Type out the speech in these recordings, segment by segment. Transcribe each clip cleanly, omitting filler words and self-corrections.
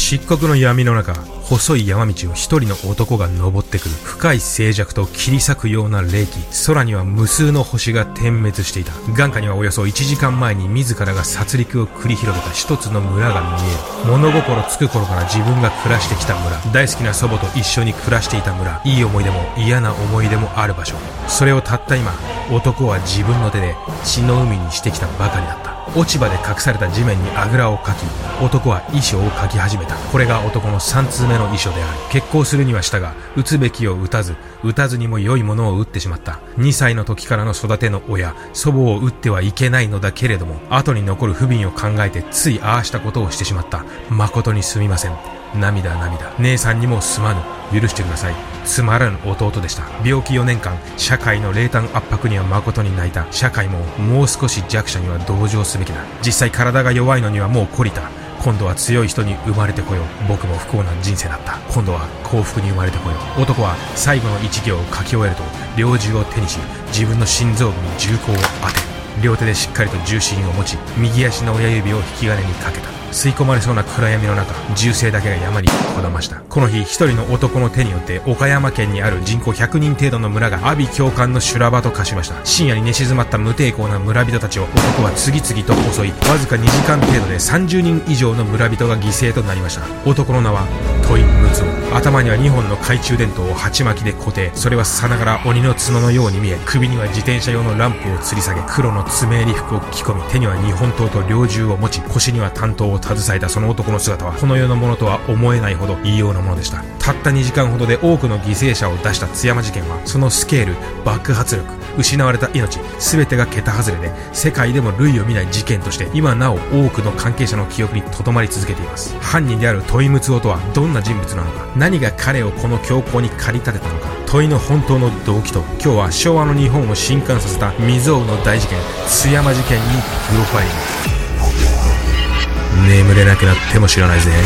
漆黒の闇の中、細い山道を一人の男が登ってくる。深い静寂と切り裂くような冷気。空には無数の星が点滅していた。眼下にはおよそ1時間前に自らが殺戮を繰り広げた一つの村が見える。物心つく頃から自分が暮らしてきた村。大好きな祖母と一緒に暮らしていた村。いい思い出も嫌な思い出もある場所。それをたった今、男は自分の手で血の海にしてきたばかりだった。落ち葉で隠された地面にあぐらをかき、男は遺書を書き始めた。これが男の3通目の遺書である。決行するにはしたが、打つべきを打たず、打たずにも良いものを打ってしまった。2歳の時からの育ての親、祖母を打ってはいけないのだけれども、後に残る不憫を考えてついああしたことをしてしまった。誠にすみません。涙。姉さんにもすまぬ。許してください。つまらぬ弟でした。病気4年間、社会の冷淡圧迫には誠に泣いた。社会ももう少し弱者には同情すべきだ。実際体が弱いのにはもう懲りた。今度は強い人に生まれてこよう。僕も不幸な人生だった。今度は幸福に生まれてこよう。男は最後の一行を書き終えると、猟銃を手にし、自分の心臓部に銃口を当て、両手でしっかりと重心を持ち、右足の親指を引き金にかけた。吸い込まれそうな暗闇の中、銃声だけが山にこだました。この日、一人の男の手によって岡山県にある人口100人程度の村が阿鼻教官の修羅場と化しました。深夜に寝静まった無抵抗な村人たちを男は次々と襲い、わずか2時間程度で30人以上の村人が犠牲となりました。男の名は土井睦夫。頭には2本の懐中電灯を鉢巻きで固定。それはさながら鬼の角のように見え、首には自転車用のランプを吊り下げ、黒の爪襟服を着込み、手には日本刀と猟銃を持ち、腰には短刀を携えたその男の姿はこの世のものとは思えないほど異様なものでした。たった2時間ほどで多くの犠牲者を出した津山事件は、そのスケール、爆発力、失われた命、全てが桁外れで、世界でも類を見ない事件として今なお多くの関係者の記憶に留まり続けています。犯人である土井睦夫とはどんな人物なのか、何が彼をこの凶行に駆り立てたのか、土井の本当の動機と、今日は昭和の日本を震撼させた未曾有の大事件、津山事件にプロファイリング。眠れなくなっても知らないぜ。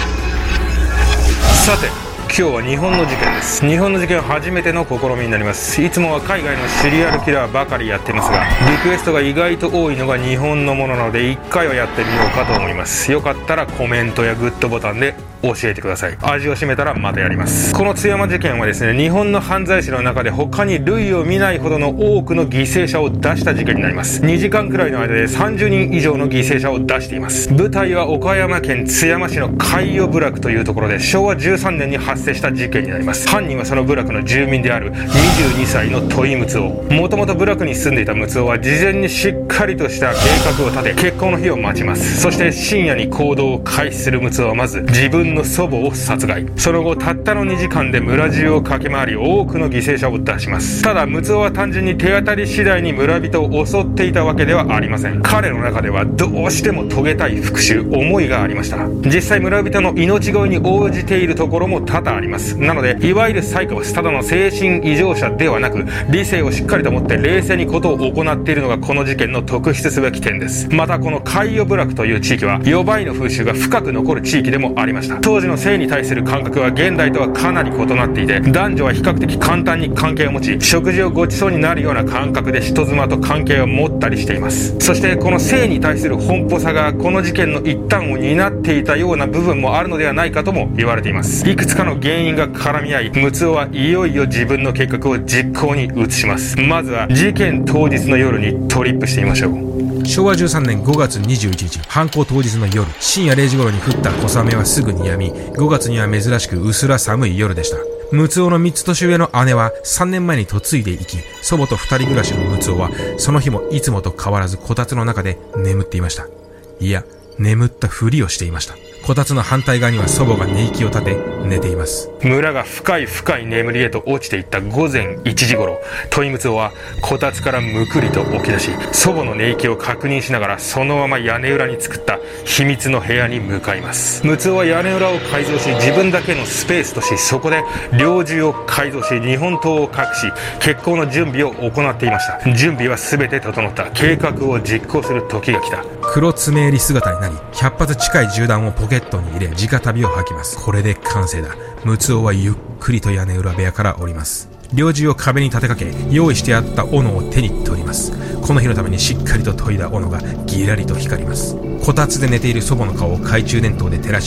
さて、今日は日本の事件です。日本の事件は初めての試みになります。いつもは海外のシリアルキラーばかりやってますが、リクエストが意外と多いのが日本のものなので、1回はやってみようかと思います。よかったらコメントやグッドボタンで教えてください。味を占めたらまたやります。この津山事件はですね、日本の犯罪史の中で他に類を見ないほどの多くの犠牲者を出した事件になります。2時間くらいの間で30人以上の犠牲者を出しています。舞台は岡山県津山市の海予部落というところで、昭和13年に発生した事件になります。犯人はその部落の住民である22歳の土井睦夫。もともと部落に住んでいた睦夫は事前にしっかりとした計画を立て、決行の日を待ちます。そして深夜に行動を開始する睦夫はまず自分の祖母を殺害。その後たったの2時間で村中を駆け回り、多くの犠牲者を出します。ただ睦夫は単純に手当たり次第に村人を襲っていたわけではありません。彼の中ではどうしても遂げたい復讐、思いがありました。実際村人の命乞いに応じているところも多々あります。なのでいわゆるサイコパス、ただの精神異常者ではなく、理性をしっかりと持って冷静にことを行っているのがこの事件の特筆すべき点です。またこの海予部落という地域は予売の風習が深く残る地域でもありました。当時の性に対する感覚は現代とはかなり異なっていて、男女は比較的簡単に関係を持ち、食事をごちそうになるような感覚で人妻と関係を持ったりしています。そしてこの性に対する奔放さがこの事件の一端を担っていたような部分もあるのではないかとも言われています。いくつかの原因が絡み合い、睦夫はいよいよ自分の計画を実行に移します。まずは事件当日の夜にトリップしてみましょう。昭和13年5月21日、犯行当日の夜、深夜0時頃に降った小雨はすぐに止み、5月には珍しく薄ら寒い夜でした。睦夫の3つ年上の姉は3年前に嫁いでいき、祖母と2人暮らしの睦夫はその日もいつもと変わらずこたつの中で眠っていました。いや、眠ったふりをしていました。こたつの反対側には祖母が寝息を立て寝ています。村が深い眠りへと落ちていった午前1時頃、土井睦夫はこたつからむくりと起き出し、祖母の寝息を確認しながらそのまま屋根裏に作った秘密の部屋に向かいます。睦夫は屋根裏を改造し、自分だけのスペースとし、そこで猟銃を改造し、日本刀を隠し、決行の準備を行っていました。準備は全て整った。計画を実行する時が来た。黒爪襟姿になり、100発近い銃弾をポケットに入れ直旅を吐きます。これで完成だ。睦夫はゆっくりと屋根裏部屋から降ります。猟銃を壁に立てかけ、用意してあった斧を手に取ります。この日のためにしっかりと研いだ斧がギラリと光ります。こたつで寝ている祖母の顔を懐中電灯で照らし、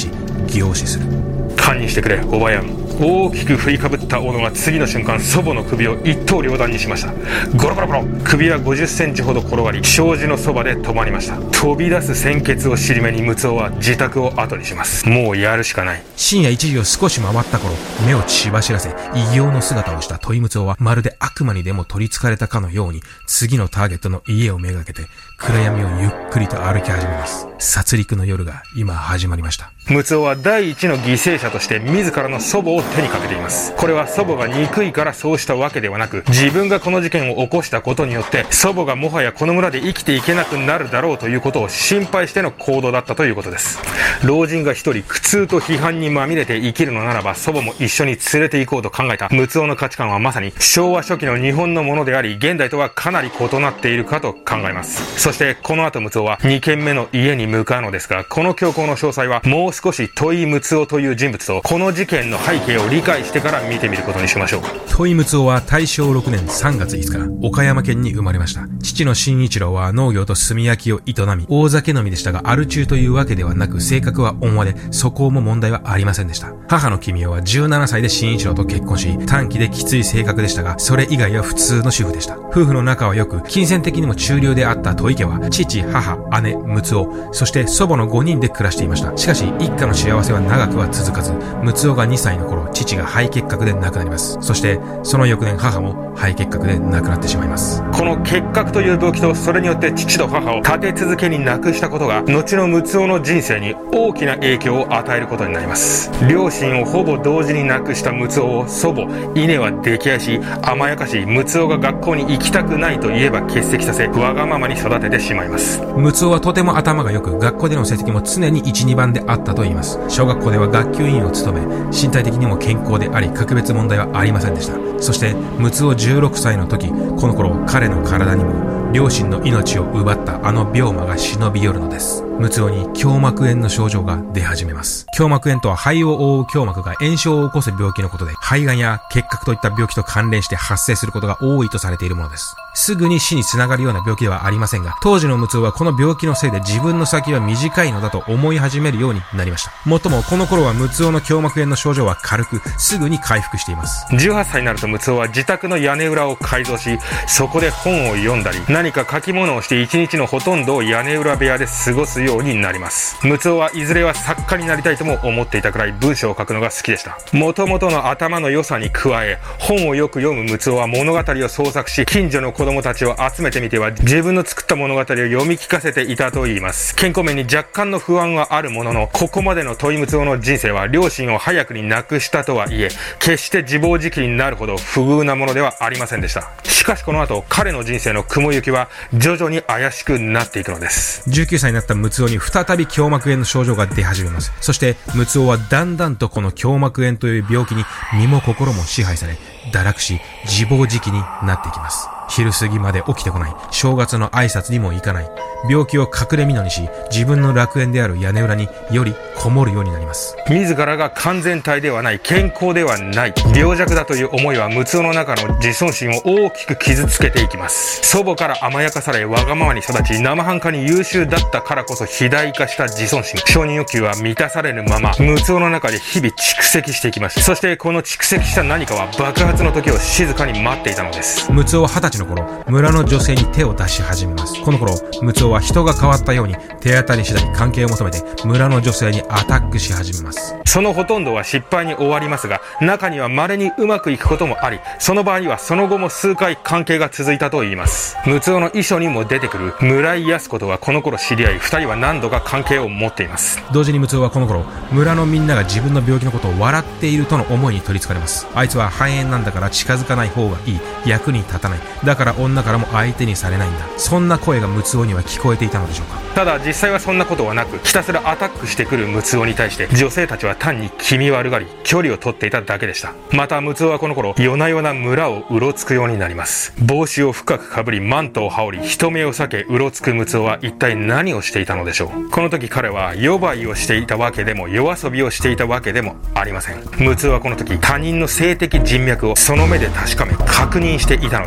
凝視する。 堪忍してくれ、おばやん。大きく振りかぶった斧が次の瞬間、祖母の首を一刀両断にしました。ゴロゴロゴロ。首は50センチほど転がり、障子のそばで止まりました。飛び出す鮮血を尻目にムツオは自宅を後にします。もうやるしかない。 深夜1時を少し回った頃、目を血走らせ異形の姿をしたトイムツオはまるで悪魔にでも取り憑かれたかのように、次のターゲットの家をめがけて暗闇をゆっくりと歩き始めます。殺戮の夜が今始まりました。 ムツオは第一の犠牲者として自らの祖母を手にかけています。これは祖母が憎いからそうしたわけではなく、自分がこの事件を起こしたことによって祖母がもはやこの村で生きていけなくなるだろうということを心配しての行動だったということです。老人が一人苦痛と批判にまみれて生きるのならば、祖母も一緒に連れて行こうと考えたムツオの価値観はまさに昭和初期の日本のものであり、現代とはかなり異なっているかと考えます。そしてこの後ムツオは2軒目の家に向かうのですが、この凶行の詳細はもう少しトイムツオという人物とこの事件の背景を理解してから見てみることにしましょう。 トイムツオは大正6年3月5日、岡山県に生まれました。父の新一郎は農業と炭焼きを営み、大酒飲みでしたが、アル中というわけではなく、性格は温和で、素行も問題はありませんでした。母の君代は17歳で新一郎と結婚し、短気できつい性格でしたが、それ以外は普通の主婦でした。夫婦の仲は良く、金銭的にも中流であった戸井家は、父、母、姉、ムツオ、そして祖母の5人で暮らしていました。しかし、一家の幸せは長くは続かず、ムツオが2歳の頃、父が肺結核で亡くなります。そして、その翌年母も肺結核で亡くなってしまいます。 この結核という病気と、それによって父と母を立て続けに亡くしたことが、後のムツオの人生に大きな影響を与えることになります。両親をほぼ同時に亡くしたムツオを祖母、稲は溺愛し、甘やかし、ムツオが学校に行きたくないと言えば欠席させ、わがままに育ててしまいます。 ムツオはとても頭が良く、学校での成績も常に1、2番であったと言います。小学校では学級委員を務め、身体的にも健康であり、格別問題はありませんでした。そして、ムツオ16歳の時、この頃彼の体にも両親の命を奪ったあの病魔が忍び寄るのです。ムツオに胸膜炎の症状が出始めます。胸膜炎とは肺を覆う胸膜が炎症を起こす病気のことで、肺がんや結核といった病気と関連して発生することが多いとされているものです。すぐに死につながるような病気ではありませんが、当時のムツオはこの病気のせいで自分の先は短いのだと思い始めるようになりました。もっともこの頃はムツオの胸膜炎の症状は軽く、すぐに回復しています。 18歳になるとムツオは自宅の屋根裏を改造し、そこで本を読んだり、何か書き物をして一日のほとんどを屋根裏部屋で過ごすようになります。ムツオはいずれは作家になりたいとも思っていたくらい文章を書くのが好きでした。元々の頭の良さに加え、本をよく読むムツオは物語を創作し、近所の子供たちを集めてみては自分の作った物語を読み聞かせていたといいます。健康面に若干の不安はあるものの、ここまでのトイムツオの人生は両親を早くに亡くしたとはいえ、決して自暴自棄になるほど不遇なものではありませんでした。しかしこの後、彼の人生の雲行きは徐々に怪しくなっていくのです。 19歳になったムツオに再び胸膜炎の症状が出始めます。そしてムツオはだんだんとこの胸膜炎という病気に身も心も支配され、堕落し自暴自棄になっていきます。昼過ぎまで起きてこない。正月の挨拶にも行かない。病気を隠れ蓑にし、自分の楽園である屋根裏によりこもるようになります。 自らが完全体ではない、健康ではない、病弱だという思いはムツオの中の自尊心を大きく傷つけていきます。祖母から甘やかされ、わがままに育ち、生半可に優秀だったからこそ肥大化した自尊心、承認欲求は満たされぬまま、ムツオの中で日々蓄積していきます。そしてこの蓄積した何かは爆発の時を静かに待っていたのです。 ムツオは20歳の頃、村の女性に手を出し始めます。この頃、ムツオは人が変わったように手当たり次第関係を求めて村の女性にアタックし始めます。 そのほとんどは失敗に終わりますが、中には稀にうまくいくこともあり、その場合にはその後も数回関係が続いたといいます。ムツオの遺書にも出てくる村井康子とはこの頃知り合い、二人は何度か関係を持っています。 同時にムツオはこの頃、村のみんなが自分の病気のことを笑っているとの思いに取り憑かれます。あいつは肺炎なんだから近づかない方がいい、役に立たない、だから女からも相手にされないんだ、そんな声がムツオには聞こえていたのでしょうか。 ただ実際はそんなことはなく、ひたすらアタックしてくるムツオに対して女性たちは単に気味悪がり、距離を取っていただけでした。またムツオはこの頃、夜な夜な村をうろつくようになります。帽子を深くかぶり、マントを羽織り、人目を避けうろつくムツオは一体何をしていたのでしょう。この時彼は夜這いをしていたわけでも夜遊びをしていたわけでもありません。ムツオはこの時、他人の性的人脈をその目で確かめ確認していたのです。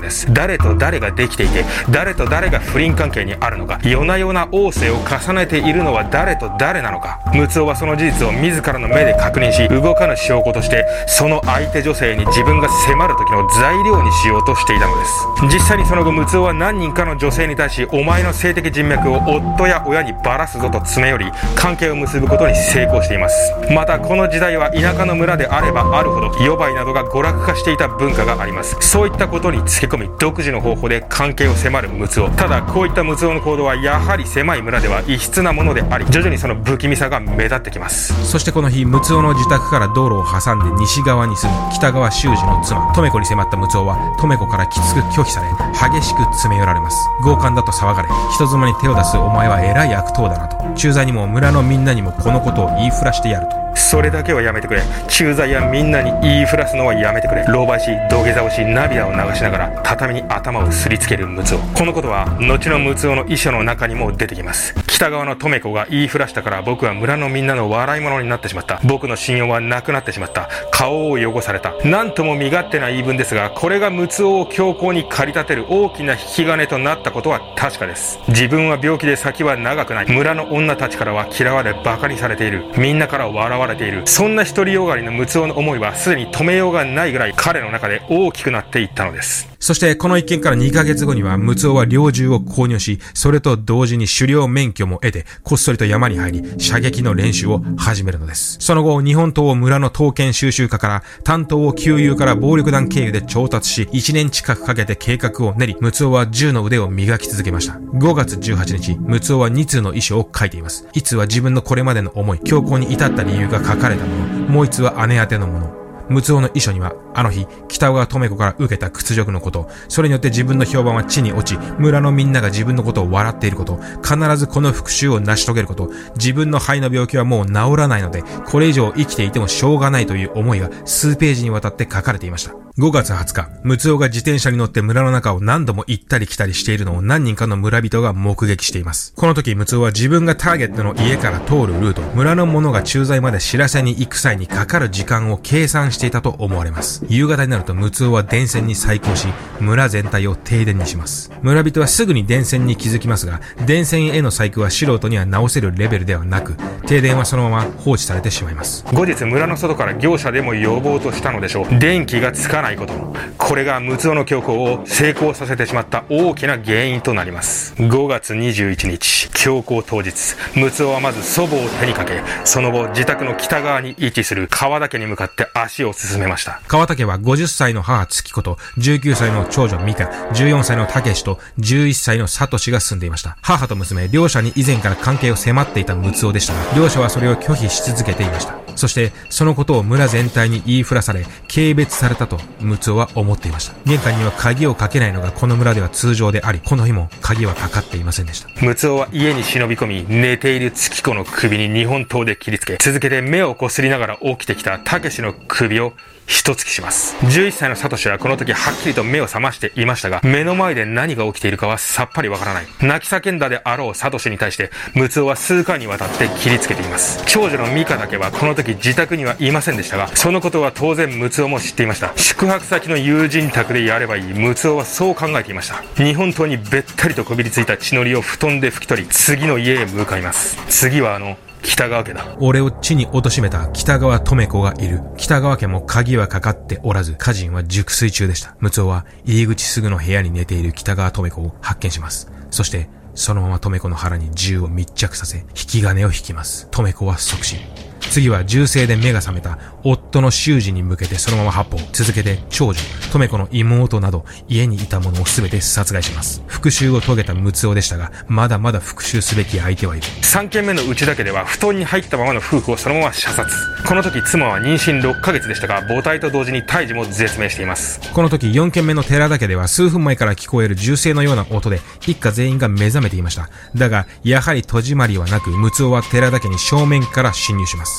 誰と誰ができていて、誰と誰が不倫関係にあるのか、夜な夜な逢瀬を重ねているのは誰と誰なのか。ムツオはその事実を自らの目で確認し、動かぬ証拠としてその相手女性に自分が迫る時の材料にしようとしていたのです。実際にその後、ムツオは何人かの女性に対し、お前の性的人脈を夫や親にバラすぞと詰め寄り、関係を結ぶことに成功しています。またこの時代は田舎の村であればあるほど、予売などが娯楽化していた文化があります。そういったことにつけ込み、独自の方法で関係を迫るムツオ。ただこういったムツオの行動はやはり狭い村では異質なものであり、徐々にその不気味さが目立ってきます。 そしてこの日、ムツオの自宅から道路を挟んで西側に住む北川修二の妻トメコに迫ったムツオは、トメコからきつく拒否され、激しく詰め寄られます。強姦だと騒がれ、人妻に手を出すお前は偉い悪党だなと、駐在にも村のみんなにもこのことを言いふらしてやると。 それだけはやめてくれ。駐在やみんなに言いふらすのはやめてくれ。狼狽し土下座をし涙を流しながら畳に頭をすりつけるムツオ。このことは後のムツオの遺書の中にも出てきます。北側のトメコが言いふらしたから僕は村のみんなの笑い物になってしまった。僕の信用はなくなってしまった。顔を汚された。なんとも身勝手な言い分ですが、これがムツオを強行に駆り立てる大きな引き金となったことは確かです。自分は病気で先は長くない。村の女たちからは嫌われ馬鹿にされている。みんなから笑われている。そんな独りよがりのムツオの思いはすでに止めようがないぐらい彼の中で大きくなっていったのです。 そしてこの一件から2ヶ月後にはムツオは猟銃を購入し、それと同時に狩猟免許も得て、こっそりと山に入り射撃の練習を始めるのです。その後、日本刀を村の刀剣収集家から担当を旧友から暴力団経由で調達し、1年近くかけて計画を練り、ムツオは銃の腕を磨き続けました。5月18日、ムツオは2通の遺書を書いています。1通は自分のこれまでの思い、強行に至った理由が書かれたもの、もう1通は姉宛てのもの。ムツオの遺書には、あの日、北川トメコから受けた屈辱のこと、それによって自分の評判は地に落ち、村のみんなが自分のことを笑っていること、必ずこの復讐を成し遂げること、自分の肺の病気はもう治らないので、これ以上生きていてもしょうがないという思いが数ページにわたって書かれていました。5月20日、ムツオが自転車に乗って村の中を何度も行ったり来たりしているのを何人かの村人が目撃しています。この時、ムツオは自分がターゲットの家から通るルート、村の者が駐在まで知らせに行く際にかかる時間を計算していたと思われます。夕方になるとムツオは電線に細工し、村全体を停電にします。村人はすぐに電線に気づきますが、電線への細工は素人には直せるレベルではなく、停電はそのまま放置されてしまいます。 後日、村の外から業者でも呼ぼうとしたのでしょう。電気がつかないこと。これがムツオの強行を成功させてしまった大きな原因となります。5月21日、強行当日、ムツオはまず祖母を手にかけ、その後自宅の北側に位置する川岳に向かって足を進めました。 川岳は50歳の母月子と19歳の長女美香、14歳の武志と11歳の聡が住んでいました。母と娘両者に以前から関係を迫っていたムツオでしたが、両者はそれを拒否し続けていました。そしてそのことを村全体に言いふらされ、軽蔑されたとムツオは思っていました。玄関には鍵をかけないのがこの村では通常であり、この日も鍵はかかっていませんでした。 ムツオは家に忍び込み、寝ている月子の首に2本刀で切りつけ、続けて目をこすりながら起きてきた武志の首を一突きします。11歳の聡はこの時はっきりと目を覚ましていましたが、目の前で何が起きているかはさっぱりわからない。泣き叫んだであろう聡に対してムツオは数回にわたって切りつけています。長女の美香だけはこの時自宅にはいませんでしたが、そのことは当然ムツオも知っていました。宿泊先の友人宅でやればいい、ムツオはそう考えていました。日本刀にべったりとこびりついた血のりを布団で拭き取り、次の家へ向かいます。次は北川家だ。 俺を地に貶めた北川ト子がいる。北川家も鍵はかかっておらず、家人は熟睡中でした。ムツオは入り口すぐの部屋に寝ている北川ト子を発見します。そしてそのままト子の腹に銃を密着させ、引き金を引きます。ト子は即死。次は銃声で目が覚めた夫の修二に向けてそのまま発砲。続けて長女、ト子の妹など家にいた者を全て殺害します。復讐を遂げたムツオでしたが、まだまだ復讐すべき相手はいる。 3件目の内田家では布団に入ったままの夫婦をそのまま射殺。この時妻は妊娠6ヶ月でしたが、母体と同時に胎児も絶命しています。 この時4件目の寺田家では数分前から聞こえる銃声のような音で一家全員が目覚めていました。だがやはり戸締まりはなく、ムツオは寺田家に正面から侵入します。 。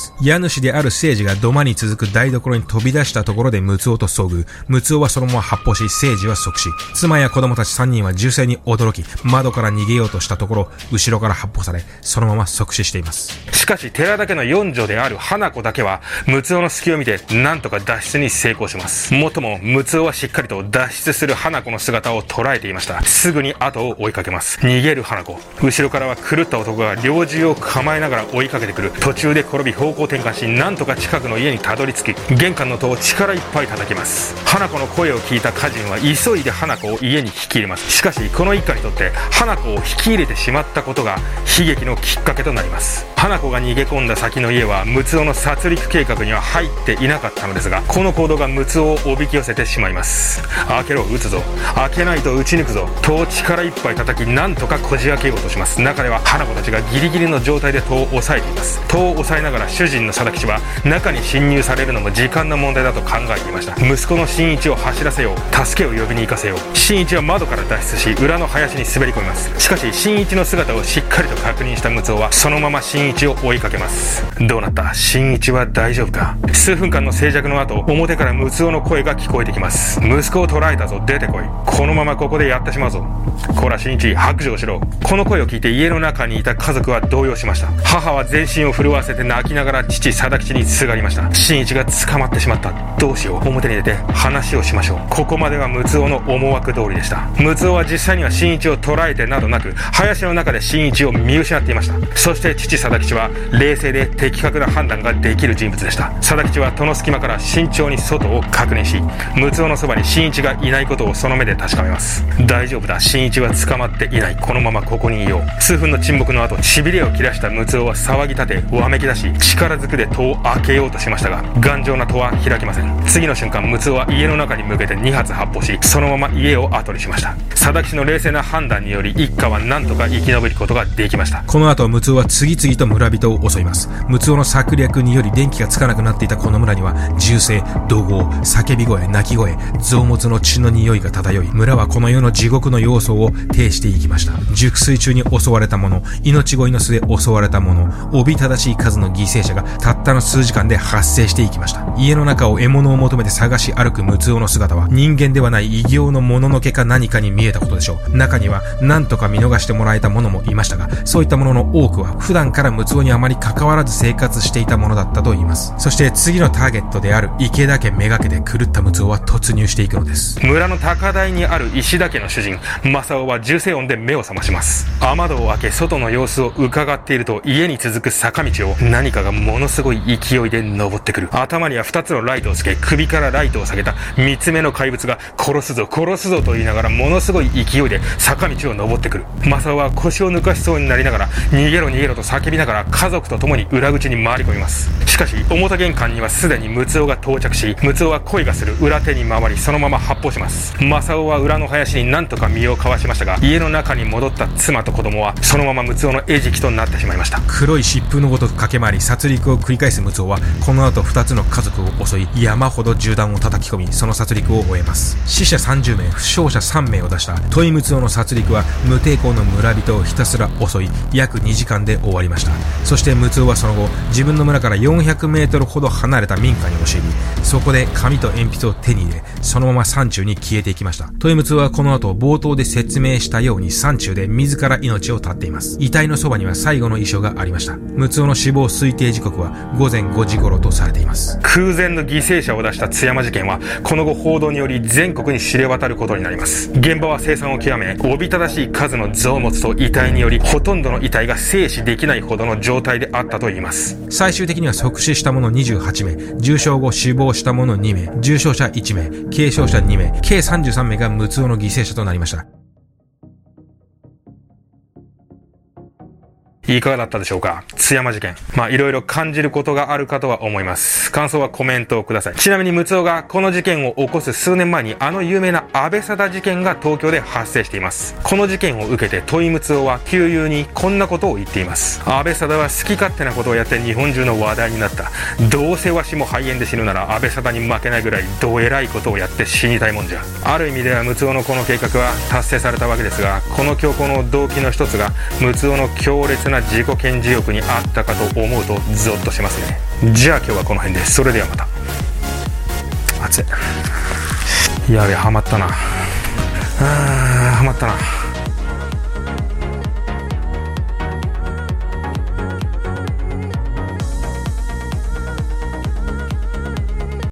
家主である聖司が土間に続く台所に飛び出したところで陸奥と遭遇。陸奥はそのまま発砲し、聖司は即死。妻や子供たち3人は銃声に驚き、窓から逃げようとしたところ、後ろから発砲され、そのまま即死しています。 しかし寺田家の四女である花子だけは陸奥の隙を見てなんとか脱出に成功します。もっとも陸奥はしっかりと脱出する花子の姿を捉えていました。すぐに後を追いかけます。逃げる花子、後ろからは狂った男が猟銃を構えながら追いかけてくる。途中で転び方向転換し、なんとか近くの家にたどり着き、玄関の戸を力いっぱい叩きます。花子の声を聞いた家人は急いで花子を家に引き入れます。しかしこの一家にとって花子を引き入れてしまったことが悲劇のきっかけとなります。花子が逃げ込んだ先の家は陸奥の殺戮計画には入っていなかったのですが、この行動が陸奥をおびき寄せてしまいます。開けろ、撃つぞ、開けないと撃ち抜くぞ、戸を力いっぱい叩き、なんとかこじ開けようとします。中では花子たちがギリギリの状態で戸を押さえています。戸を押さえながら主人の貞吉は中に侵入されるのも時間の問題だと考えていました。息子の新一を走らせよう、助けを呼びに行かせよう。新一は窓から脱出し、裏の林に滑り込みます。しかし新一の姿をしっかりと確認した陸奥はそのまま新一を追いかけます。どうなった？新一は大丈夫か？数分間の静寂の後、表から陸奥の声が聞こえてきます。息子を捕らえたぞ、出てこい。このままここでやってしまうぞ。こら新一、白状しろ。この声を聞いて家の中にいた家族は動揺しました。母は全身を震わせて泣きながら父貞吉にすがりました。新一が捕まってしまった。どうしよう。表に出て話をしましょう。ここまでは陸奥の思惑通りでした。陸奥は実際には新一を捕らえてなどなく、林の中で新一を見失っていました。そして父貞吉は冷静で的確な判断ができる人物でした。貞吉は戸の隙間から慎重に外を確認し、陸奥のそばに新一がいないことをその目で確かめます。大丈夫だ、新一は捕まっていない。このままここにいよう。数分の沈黙の後、痺れを切らした陸奥は騒ぎ立てわめき出し、力ずくで戸を開けようとしましたが、頑丈な戸は開きません。次の瞬間、陸奥は家の中に向けて2発発砲し、そのまま家を後にしました。貞吉の冷静な判断により一家は何とか生き延びることができました。 この後陸奥は次々と村人を襲います。陸奥の策略により電気がつかなくなっていたこの村には銃声、怒号、叫び声、泣き声、臓物の血の匂いが漂い、村はこの世の地獄の要素を呈していきました。熟睡中に襲われた者、命乞いの末襲われた者、おびただしい数の犠牲者がたったの数時間で発生していきました。家の中を獲物を求めて探し歩く陸奥の姿は人間ではない異形のもののけか何かに見えたことでしょう。中には何とか見逃してもらえた者もいましたが、そういったものの多くは普段から陸奥にあまり関わらず生活していたものだったと言います。そして次のターゲットである池田家めがけて狂った陸奥は突入していくのです。 村の高台にある石田家の主人正雄は銃声音で目を覚まします。雨戸を開け外の様子を伺っていると、家に続く坂道を何かがものすごい勢いで登ってくる。頭には2つのライトをつけ、首からライトを下げた3つ目の怪物が殺すぞ殺すぞと言いながらものすごい勢いで坂道を登ってくる。正雄は腰を抜かしそうになりながら逃げろ逃げろと叫びながら家族と共に裏口に回り込みます。しかし表玄関にはすでに陸奥が到着し、陸奥は恋がする裏手に回りそのまま発砲します。正雄は裏の林に何とか身をかわしましたが、家の中に戻った妻と子供はそのまま陸奥の餌食となってしまいました。 黒い疾風のごとく駆け回り殺戮を繰り返す陸奥はこの後2つの家族を襲い、山ほど銃弾を叩き込みその殺戮を終えます。死者30名負傷者3名を出したトイ陸奥の殺戮は無抵抗の村人をひたすら襲い約2時間で終わりました。そして陸奥はその後自分の村から400メートルほど離れた民家に押し入り、そこで紙と鉛筆を手に入れそのまま山中に消えていきました。トイ陸奥はこの後冒頭で説明したように山中で自ら命を絶っています。遺体のそばには最後の遺書がありました。陸奥の死亡推定時刻は午前5時頃とされています。 空前の犠牲者を出した津山事件はこの後報道により全国に知れ渡ることになります。現場は凄惨を極め、おびただしい数の臓物と遺体によりほとんどの遺体が生死できないほどの状態であったといいます。 最終的には即死した者28名、重傷後死亡した者2名、重傷者1名、軽傷者2名、計33名が陸奥の犠牲者となりました。 いかがだったでしょうか。津山事件。いろいろ感じることがあるかとは思います。感想はコメントをください。ちなみに陸奥がこの事件を起こす数年前に有名な安倍貞事件が東京で発生しています。この事件を受けてトイ陸奥は旧友にこんなことを言っています。安倍貞は好き勝手なことをやって日本中の話題になった。どうせわしも肺炎で死ぬなら安倍貞に負けないぐらいどえらいことをやって死にたいもんじゃ。ある意味では陸奥のこの計画は達成されたわけですが、この強行の動機の一つが陸奥の強烈なな自己顕示欲にあったかと思うとゾッとしますね。じゃあ今日はこの辺で、それではまた。熱い。やべえ、ハマったな。ハマったな。